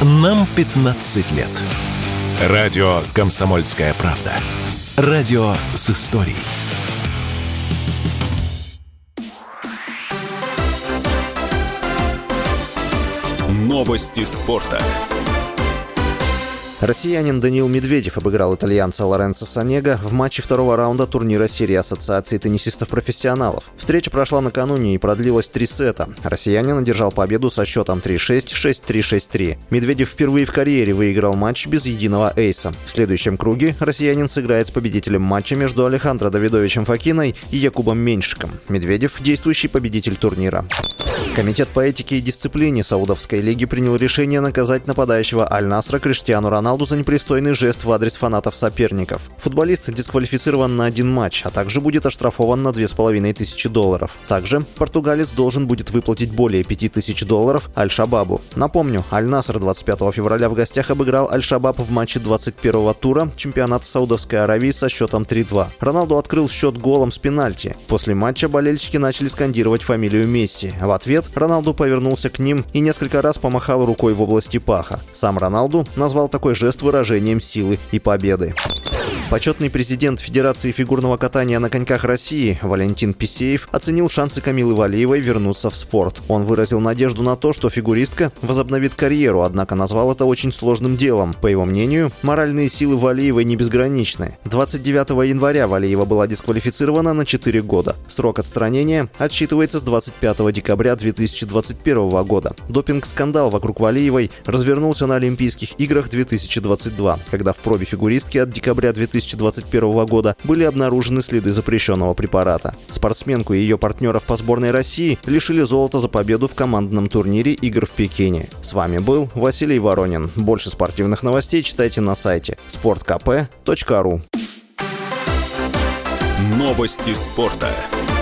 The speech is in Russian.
Нам 15 лет. Радио «Комсомольская правда». Радио с историей. Новости спорта. Россиянин Даниил Медведев обыграл итальянца Лоренцо Сонего в матче второго раунда турнира серии Ассоциации теннисистов-профессионалов. Встреча прошла накануне и продлилась 3 сета. Россиянин одержал победу со счетом 3-6, 6-3, 6-3. Медведев впервые в карьере выиграл матч без единого эйса. В следующем круге россиянин сыграет с победителем матча между Алехандро Давидовичем Фокиной и Якубом Меньшиком. Медведев – действующий победитель турнира. Комитет по этике и дисциплине Саудовской лиги принял решение наказать нападающего Аль-Насра Криштиану Роналду за непристойный жест в адрес фанатов соперников. Футболист дисквалифицирован на 1 матч, а также будет оштрафован на $2500. Также португалец должен будет выплатить более $5000 Аль-Шабабу. Напомню, Аль-Наср 25 февраля в гостях обыграл Аль-Шабаб в матче 21-го тура чемпионата Саудовской Аравии со счетом 3-2. Роналду открыл счет голом с пенальти. После матча болельщики начали скандировать фамилию Месси. В ответ Роналду повернулся к ним и несколько раз помахал рукой в области паха. Сам Роналду назвал такой жест выражением силы и победы. Почетный президент Федерации фигурного катания на коньках России Валентин Писеев оценил шансы Камилы Валиевой вернуться в спорт. Он выразил надежду на то, что фигуристка возобновит карьеру, однако назвал это очень сложным делом. По его мнению, моральные силы Валиевой не безграничны. 29 января Валиева была дисквалифицирована на 4 года. Срок отстранения отсчитывается с 25 декабря 2021 года. Допинг-скандал вокруг Валиевой развернулся на Олимпийских играх 2022, когда в пробе фигуристки от декабря 2021 года были обнаружены следы запрещенного препарата. Спортсменку и ее партнеров по сборной России лишили золота за победу в командном турнире игр в Пекине. С вами был Василий Воронин. Больше спортивных новостей читайте на сайте sportkp.ru. Новости спорта.